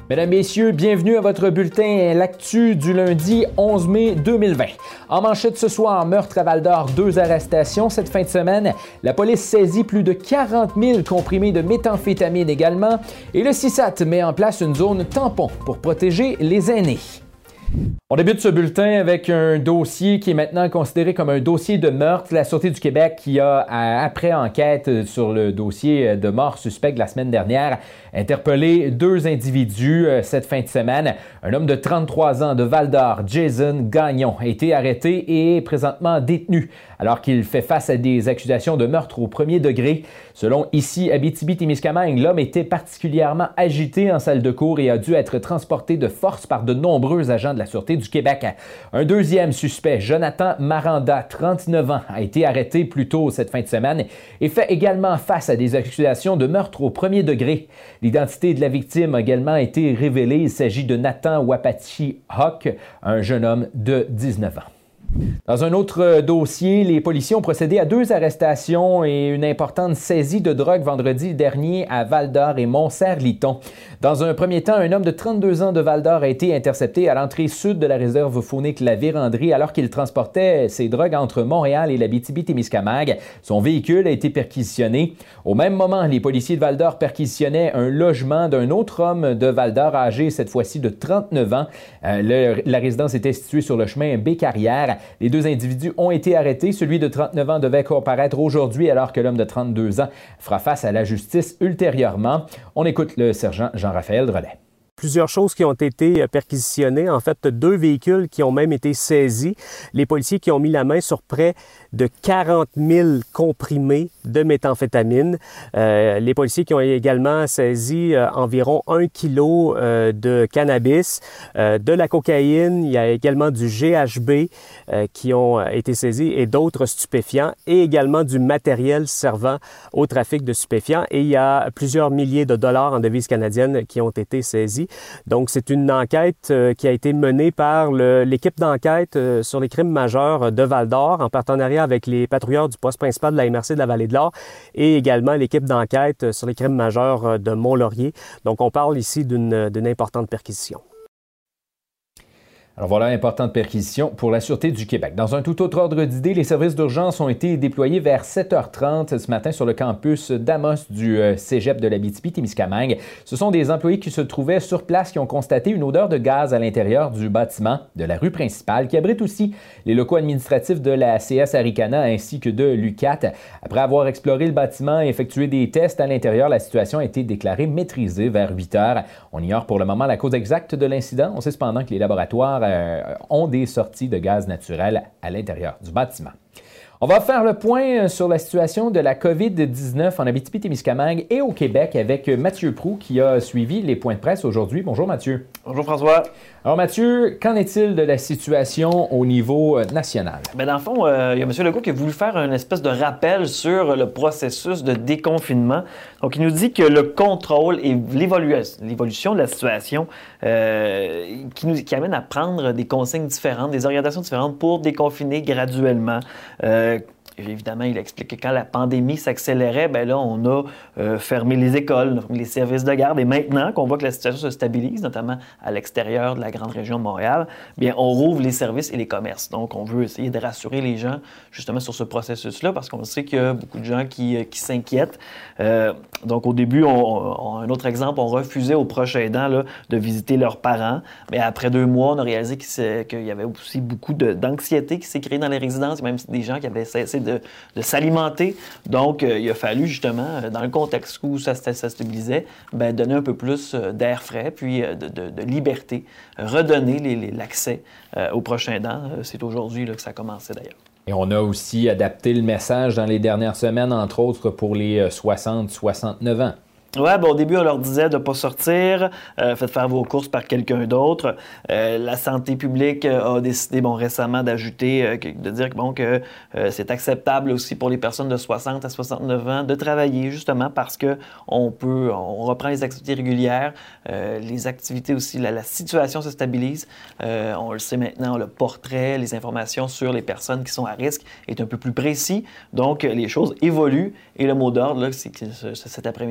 Mesdames, Messieurs, bienvenue à votre bulletin L'Actu du lundi 11 mai 2020. En manchette ce soir, meurtre à Val-d'Or, 2 arrestations. Cette fin de semaine, la police saisit plus de 40 000 comprimés de méthamphétamine également. Et le CISAT met en place une zone tampon pour protéger les aînés. On débute ce bulletin avec un dossier qui est maintenant considéré comme un dossier de meurtre. La Sûreté du Québec qui a, après enquête sur le dossier de mort suspecte la semaine dernière, interpellé 2 individus cette fin de semaine. Un homme de 33 ans de Val-d'Or, Jason Gagnon, a été arrêté et est présentement détenu alors qu'il fait face à des accusations de meurtre au premier degré. Selon ici Abitibi-Témiscamingue, l'homme était particulièrement agité en salle de cour et a dû être transporté de force par de nombreux agents de la Sûreté du Québec. Un deuxième suspect, Jonathan Maranda, 39 ans, a été arrêté plus tôt cette fin de semaine et fait également face à des accusations de meurtre au premier degré. L'identité de la victime a également été révélée. Il s'agit de Nathan Wapati Hawk, un jeune homme de 19 ans. Dans un autre dossier, les policiers ont procédé à 2 arrestations et une importante saisie de drogue vendredi dernier à Val-d'Or et Mont-Cerf-Liton. Dans un premier temps, un homme de 32 ans de Val-d'Or a été intercepté à l'entrée sud de la réserve faunique La Vérandrie alors qu'il transportait ses drogues entre Montréal et l'Abitibi-Témiscamingue. Son véhicule a été perquisitionné. Au même moment, les policiers de Val-d'Or perquisitionnaient un logement d'un autre homme de Val-d'Or âgé cette fois-ci de 39 ans. La résidence était située sur le chemin Bécarrière. Les 2 individus ont été arrêtés. Celui de 39 ans devait comparaître aujourd'hui alors que l'homme de 32 ans fera face à la justice ultérieurement. On écoute le sergent Jean-Raphaël Drolet. Plusieurs choses qui ont été perquisitionnées, en fait 2 véhicules qui ont même été saisis. Les policiers qui ont mis la main sur près de 40 000 comprimés de méthamphétamine. Les policiers qui ont également saisi environ 1 kilo de cannabis, de la cocaïne, il y a également du GHB qui ont été saisis et d'autres stupéfiants et également du matériel servant au trafic de stupéfiants. Et il y a plusieurs milliers de dollars en devises canadiennes qui ont été saisis. Donc, c'est une enquête qui a été menée par l'équipe d'enquête sur les crimes majeurs de Val-d'Or en partenariat avec les patrouilleurs du poste principal de la MRC de la Vallée-de-l'Or et également l'équipe d'enquête sur les crimes majeurs de Mont-Laurier. Donc, on parle ici d'une importante perquisition. Alors voilà, importante perquisition pour la Sûreté du Québec. Dans un tout autre ordre d'idée, les services d'urgence ont été déployés vers 7h30 ce matin sur le campus d'Amos du cégep de l'Abitibi-Témiscamingue. Ce sont des employés qui se trouvaient sur place qui ont constaté une odeur de gaz à l'intérieur du bâtiment de la rue principale qui abrite aussi les locaux administratifs de la CS Aricana ainsi que de l'UQAT. Après avoir exploré le bâtiment et effectué des tests à l'intérieur, la situation a été déclarée maîtrisée vers 8h. On ignore pour le moment la cause exacte de l'incident. On sait cependant que les laboratoires ont des sorties de gaz naturel à l'intérieur du bâtiment. On va faire le point sur la situation de la COVID-19 en Abitibi-Témiscamingue et au Québec avec Mathieu Proulx qui a suivi les points de presse aujourd'hui. Bonjour Mathieu. Bonjour François. Alors Mathieu, qu'en est-il de la situation au niveau national? Bien, dans le fond, il y a M. Legault qui a voulu faire une espèce de rappel sur le processus de déconfinement. Donc, il nous dit que le contrôle et l'évolution de la situation qui amène à prendre des consignes différentes, des orientations différentes pour déconfiner graduellement. Évidemment, il explique que quand la pandémie s'accélérait, bien là, on a fermé les écoles, les services de garde. Et maintenant qu'on voit que la situation se stabilise, notamment à l'extérieur de la grande région de Montréal, bien, on rouvre les services et les commerces. Donc, on veut essayer de rassurer les gens justement sur ce processus-là parce qu'on sait qu'il y a beaucoup de gens qui s'inquiètent. Donc, au début, un autre exemple, on refusait aux proches aidants là, de visiter leurs parents. Mais après 2 mois, on a réalisé qu'il y avait aussi beaucoup d'anxiété qui s'est créée dans les résidences. Il y a même des gens qui avaient cessé de s'alimenter. Donc, il a fallu justement, dans le contexte où ça stabilisait, bien, donner un peu plus d'air frais, puis de liberté, redonner l'accès aux proches aidants. C'est aujourd'hui là, que ça a commencé d'ailleurs. Et on a aussi adapté le message dans les dernières semaines, entre autres pour les 60-69 ans. Oui, au début, on leur disait de ne pas sortir, faites faire vos courses par quelqu'un d'autre. La santé publique a décidé récemment d'ajouter, de dire que c'est acceptable aussi pour les personnes de 60 à 69 ans de travailler justement parce qu'on reprend les activités régulières, les activités aussi, la situation se stabilise. On le sait maintenant, le portrait, les informations sur les personnes qui sont à risque est un peu plus précis. Donc, les choses évoluent et le mot d'ordre, là, c'est cet après-midi pour M.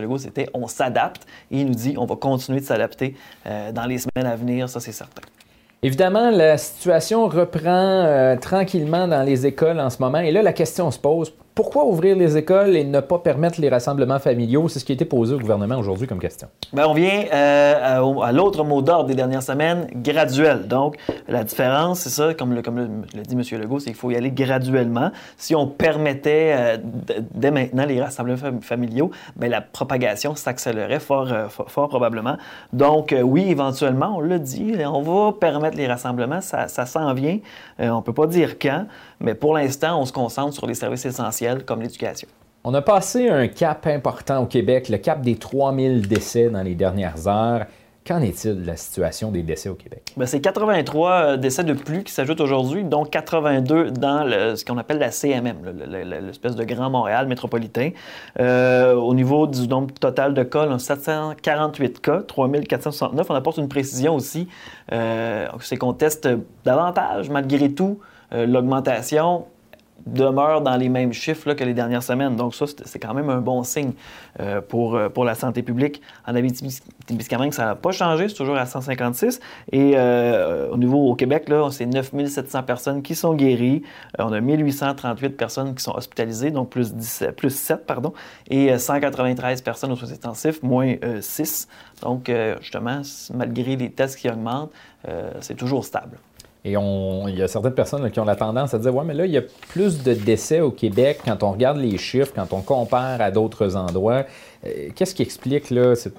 Legault, c'était « on s'adapte ». Et il nous dit « on va continuer de s'adapter dans les semaines à venir », ça c'est certain. Évidemment, la situation reprend tranquillement dans les écoles en ce moment. Et là, la question se pose, pourquoi ouvrir les écoles et ne pas permettre les rassemblements familiaux? C'est ce qui a été posé au gouvernement aujourd'hui comme question. Bien, on vient à l'autre mot d'ordre des dernières semaines, graduel. Donc, la différence, c'est ça, comme l'a dit M. Legault, c'est qu'il faut y aller graduellement. Si on permettait dès maintenant les rassemblements familiaux, bien, la propagation s'accélérait fort probablement. Donc, oui, éventuellement, on l'a dit, on va permettre les rassemblements, ça s'en vient. On ne peut pas dire quand, mais pour l'instant, on se concentre sur les services essentiels comme l'éducation. On a passé un cap important au Québec, le cap des 3000 décès dans les dernières heures. Qu'en est-il de la situation des décès au Québec? Bien, c'est 83 décès de plus qui s'ajoutent aujourd'hui, dont 82 dans ce qu'on appelle la CMM, l'espèce de Grand Montréal métropolitain. Au niveau du nombre total de cas, on a 748 cas, 3469. On apporte une précision aussi, c'est qu'on teste davantage, malgré tout, l'augmentation demeure dans les mêmes chiffres là, que les dernières semaines. Donc ça, c'est quand même un bon signe pour la santé publique. En Abitibi-Témiscamingue, ça n'a pas changé, c'est toujours à 156. Et au Québec, là, c'est 9700 personnes qui sont guéries. On a 1838 personnes qui sont hospitalisées, donc plus 7, et 193 personnes aux soins intensifs, moins 6. Donc, justement, malgré les tests qui augmentent, c'est toujours stable. Et il y a certaines personnes là, qui ont la tendance à dire « Ouais, mais là, il y a plus de décès au Québec quand on regarde les chiffres, quand on compare à d'autres endroits. » Qu'est-ce qui explique là, cette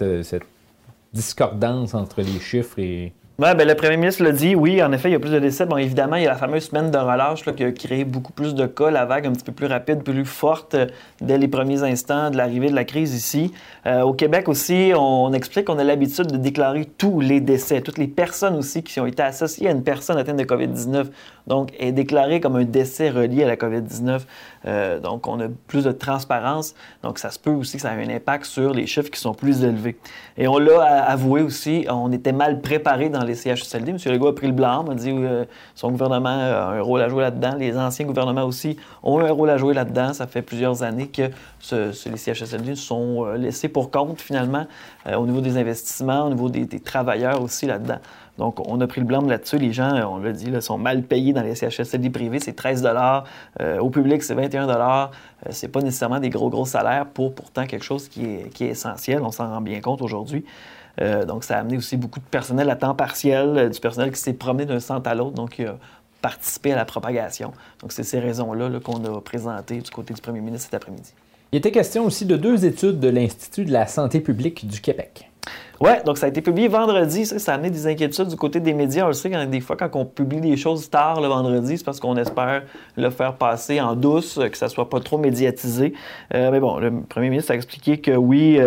discordance entre les chiffres et... Oui, bien, le premier ministre l'a dit, oui, en effet, il y a plus de décès. Bon, évidemment, il y a la fameuse semaine de relâche là, qui a créé beaucoup plus de cas, la vague un petit peu plus rapide, plus forte dès les premiers instants de l'arrivée de la crise ici. Au Québec aussi, on explique qu'on a l'habitude de déclarer tous les décès, toutes les personnes aussi qui ont été associées à une personne atteinte de COVID-19. Donc, est déclarée comme un décès relié à la COVID-19. Donc, on a plus de transparence. Donc, ça se peut aussi que ça ait un impact sur les chiffres qui sont plus élevés. Et on l'a avoué aussi, on était mal préparé dans les CHSLD. M. Legault a pris le blâme, a dit son gouvernement a un rôle à jouer là-dedans. Les anciens gouvernements aussi ont un rôle à jouer là-dedans. Ça fait plusieurs années que les CHSLD sont laissés pour compte, finalement, au niveau des investissements, au niveau des travailleurs aussi là-dedans. Donc, on a pris le blâme là-dessus. Les gens, on l'a dit, là, sont mal payés dans les CHSLD privés. C'est 13 $. Au public, c'est 21 $. C'est pas nécessairement des gros salaires pour pourtant quelque chose qui est essentiel. On s'en rend bien compte aujourd'hui. Donc, ça a amené aussi beaucoup de personnel à temps partiel, du personnel qui s'est promené d'un centre à l'autre, donc qui a participé à la propagation. Donc, c'est ces raisons-là là, qu'on a présentées du côté du premier ministre cet après-midi. Il était question aussi de 2 études de l'Institut de la santé publique du Québec. Oui, donc ça a été publié vendredi. Ça a amené des inquiétudes du côté des médias. On le sait, des fois, quand on publie des choses tard le vendredi, c'est parce qu'on espère le faire passer en douce, que ça ne soit pas trop médiatisé. Mais bon, le premier ministre a expliqué que oui,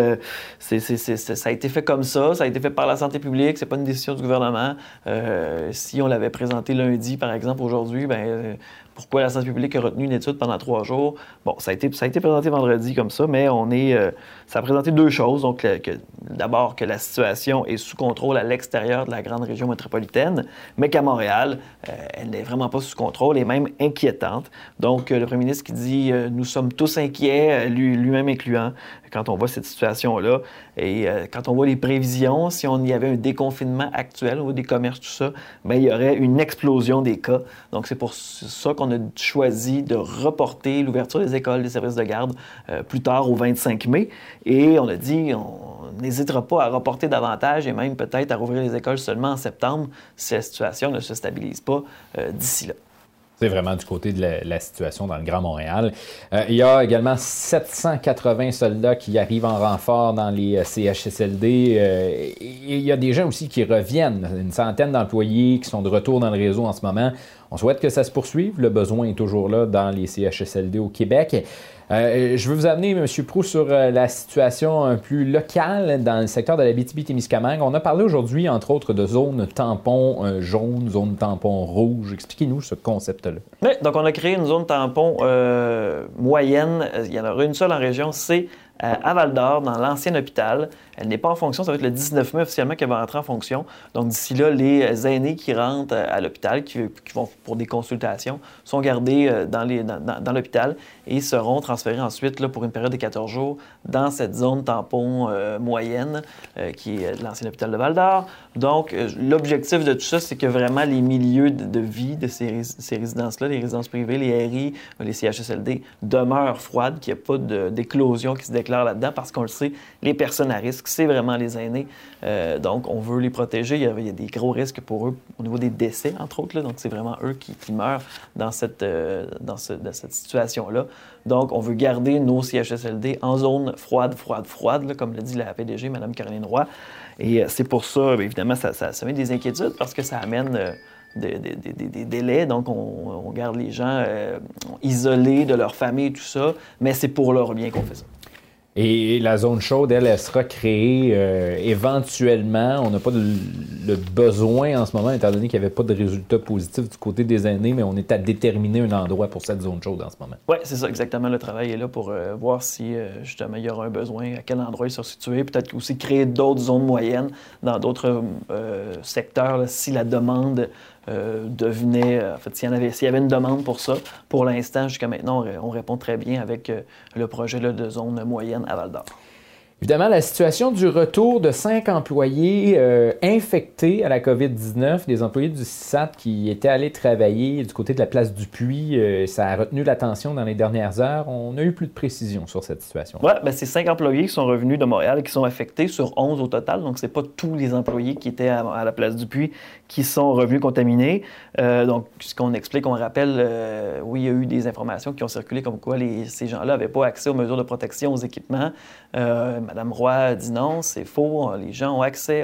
ça a été fait comme ça a été fait par la santé publique, c'est pas une décision du gouvernement. Si on l'avait présenté lundi, par exemple, aujourd'hui, pourquoi la santé publique a retenu une étude pendant 3 jours? Bon, ça a été présenté vendredi comme ça, mais ça a présenté 2 choses. Donc, d'abord, que la situation est sous contrôle à l'extérieur de la grande région métropolitaine, mais qu'à Montréal, elle n'est vraiment pas sous contrôle et même inquiétante. Donc, le premier ministre qui dit « Nous sommes tous inquiets », lui-même incluant, quand on voit cette situation-là. Et quand on voit les prévisions, si on y avait un déconfinement actuel au niveau des commerces, tout ça, il y aurait une explosion des cas. Donc, c'est pour ça qu'on a choisi de reporter l'ouverture des écoles, des services de garde plus tard au 25 mai. Et on a dit, on n'hésitera pas à reporter davantage et même peut-être à rouvrir les écoles seulement en septembre si la situation ne se stabilise pas d'ici là. C'est vraiment du côté de la situation dans le Grand Montréal. Il y a également 780 soldats qui arrivent en renfort dans les CHSLD. Il y a des gens aussi qui reviennent, une centaine d'employés qui sont de retour dans le réseau en ce moment. On souhaite que ça se poursuive. Le besoin est toujours là dans les CHSLD au Québec. Je veux vous amener, M. Proulx, sur la situation plus locale dans le secteur de l'Abitibi-Témiscamingue. On a parlé aujourd'hui, entre autres, de zone tampon jaune, zone tampon rouge. Expliquez-nous ce concept-là. Oui, donc on a créé une zone tampon moyenne. Il y en aura une seule en région, c'est à Val-d'Or, dans l'ancien hôpital. Elle n'est pas en fonction, ça va être le 19 mai officiellement qu'elle va rentrer en fonction. Donc d'ici là, les aînés qui rentrent à l'hôpital, qui vont pour des consultations, sont gardés dans l'hôpital et seront transférés ensuite là, pour une période de 14 jours dans cette zone tampon moyenne qui est l'ancien hôpital de Val-d'Or. Donc l'objectif de tout ça, c'est que vraiment les milieux de vie de ces résidences-là, les résidences privées, les RI, les CHSLD, demeurent froides, qu'il n'y ait pas d'éclosion qui se déclare là-dedans parce qu'on le sait, les personnes à risque, c'est vraiment les aînés. Donc, on veut les protéger. Il y a des gros risques pour eux au niveau des décès, entre autres. Là. Donc, c'est vraiment eux qui meurent dans cette situation-là. Donc, on veut garder nos CHSLD en zone froide, là, comme l'a dit la PDG, Mme Caroline Roy. Et c'est pour ça, évidemment, ça met des inquiétudes parce que ça amène des délais. Donc, on garde les gens isolés de leur famille et tout ça. Mais c'est pour leur bien qu'on fait ça. Et la zone chaude, elle sera créée éventuellement. On n'a pas le besoin en ce moment, étant donné qu'il n'y avait pas de résultats positifs du côté des aînés, mais on est à déterminer un endroit pour cette zone chaude en ce moment. Oui, c'est ça, exactement. Le travail est là pour voir si, justement, il y aura un besoin, à quel endroit ils sont situés. Peut-être aussi créer d'autres zones moyennes dans d'autres secteurs, là, si la demande devenait... en fait, s'il y avait une demande pour ça. Pour l'instant, jusqu'à maintenant, on répond très bien avec le projet là, de zone moyenne à Val-d'Or. Évidemment, la situation du retour de 5 employés infectés à la COVID-19, des employés du CISAT qui étaient allés travailler du côté de la place du Puy, ça a retenu l'attention dans les dernières heures. On a eu plus de précisions sur cette situation. Oui, c'est 5 employés qui sont revenus de Montréal et qui sont affectés sur 11 au total. Donc, ce n'est pas tous les employés qui étaient à la place du Puy qui sont revenus contaminés. Donc, ce qu'on explique, on rappelle, oui, il y a eu des informations qui ont circulé comme quoi ces gens-là n'avaient pas accès aux mesures de protection, aux équipements. Mme Roy dit non, c'est faux. Les gens ont accès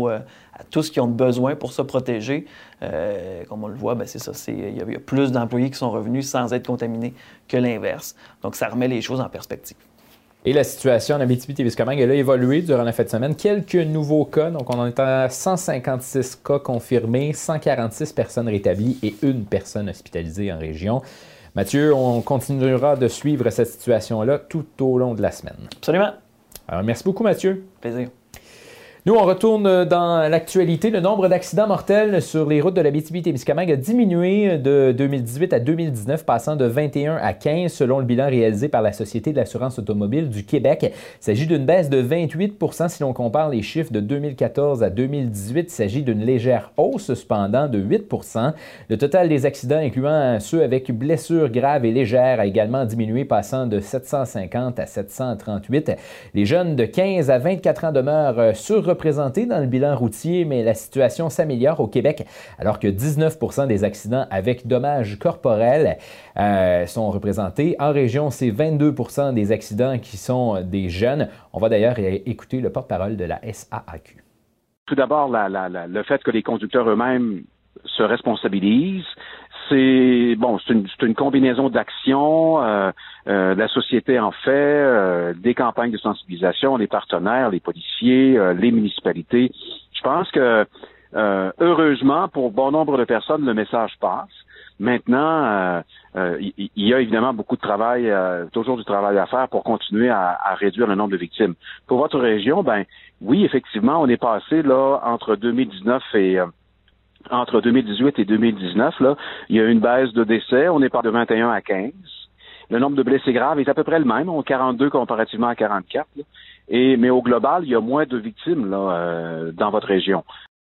à tout ce qu'ils ont besoin pour se protéger. Comme on le voit, c'est ça. Il y a plus d'employés qui sont revenus sans être contaminés que l'inverse. Donc, ça remet les choses en perspective. Et la situation en Abitibi-Témiscamingue, elle a évolué durant la fin de semaine. Quelques nouveaux cas. Donc, on en est à 156 cas confirmés, 146 personnes rétablies et 1 personne hospitalisée en région. Mathieu, on continuera de suivre cette situation-là tout au long de la semaine. Absolument. Alors, merci beaucoup, Mathieu. Plaisir. Nous, on retourne dans l'actualité. Le nombre d'accidents mortels sur les routes de l'Abitibi-Témiscamingue a diminué de 2018 à 2019, passant de 21 à 15, selon le bilan réalisé par la Société de l'assurance automobile du Québec. Il s'agit d'une baisse de 28 % si l'on compare les chiffres de 2014 à 2018. Il s'agit d'une légère hausse, cependant, de 8 %. Le total des accidents, incluant ceux avec blessures graves et légères, a également diminué, passant de 750 à 738. Les jeunes de 15 à 24 ans demeurent surreprésentés dans le bilan routier, mais la situation s'améliore au Québec, alors que 19 % des accidents avec dommages corporels sont représentés. En région, c'est 22 % des accidents qui sont des jeunes. On va d'ailleurs écouter le porte-parole de la SAAQ. Tout d'abord, le fait que les conducteurs eux-mêmes se responsabilisent, c'est une combinaison d'actions. La société en fait, des campagnes de sensibilisation, les partenaires, les policiers, les municipalités. Je pense que heureusement, pour bon nombre de personnes, le message passe. Maintenant, il y a évidemment beaucoup de travail, toujours du travail à faire pour continuer à réduire le nombre de victimes. Pour votre région, oui, effectivement, on est passé là entre 2018 et 2019, là, il y a eu une baisse de décès. On est passé de 21 à 15. Le nombre de blessés graves est à peu près le même, 42 comparativement à 44. Là. Mais au global, il y a moins de victimes là, dans votre région.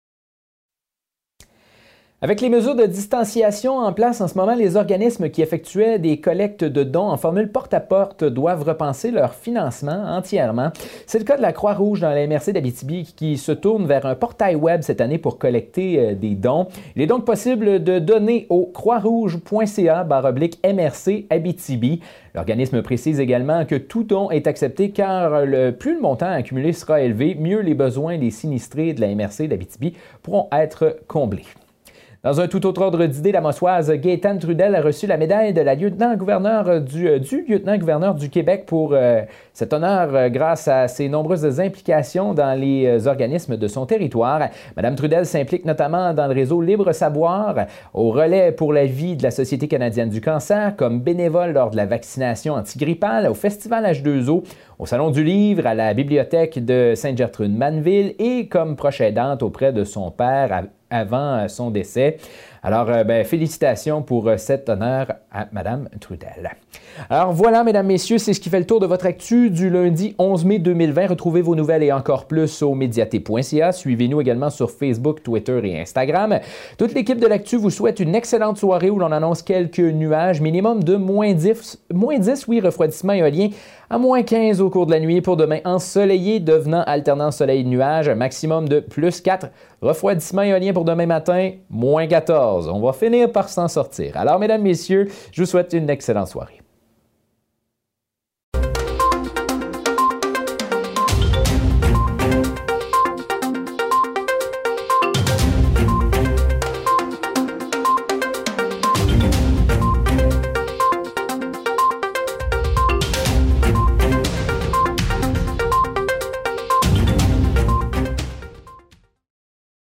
Avec les mesures de distanciation en place en ce moment, les organismes qui effectuaient des collectes de dons en formule porte-à-porte doivent repenser leur financement entièrement. C'est le cas de la Croix-Rouge dans la MRC d'Abitibi qui se tourne vers un portail web cette année pour collecter des dons. Il est donc possible de donner au croixrouge.ca/MRC Abitibi. L'organisme précise également que tout don est accepté car plus le montant accumulé sera élevé, mieux les besoins des sinistrés de la MRC d'Abitibi pourront être comblés. Dans un tout autre ordre d'idée, la mossoise Gaétane Trudel a reçu la médaille de la lieutenant-gouverneur du lieutenant-gouverneur du Québec pour cet honneur grâce à ses nombreuses implications dans les organismes de son territoire. Madame Trudel s'implique notamment dans le réseau Libre Savoir, au relais pour la vie de la Société canadienne du cancer, comme bénévole lors de la vaccination antigrippale, au Festival H2O, au Salon du Livre, à la Bibliothèque de Sainte-Gertrude-Manville et comme proche aidante auprès de son père avant son décès. Alors, félicitations pour cet honneur à Mme Trudel. Alors voilà, mesdames, messieurs, c'est ce qui fait le tour de votre actu du lundi 11 mai 2020. Retrouvez vos nouvelles et encore plus au médiaté.ca. Suivez-nous également sur Facebook, Twitter et Instagram. Toute l'équipe de l'actu vous souhaite une excellente soirée où l'on annonce quelques nuages, minimum de moins 10, refroidissement éolien, à moins 15 au cours de la nuit. Pour demain, ensoleillé, devenant alternant soleil-nuage, maximum de plus 4. Refroidissement éolien pour demain matin, moins 14. On va finir par s'en sortir. Alors, mesdames, messieurs, je vous souhaite une excellente soirée.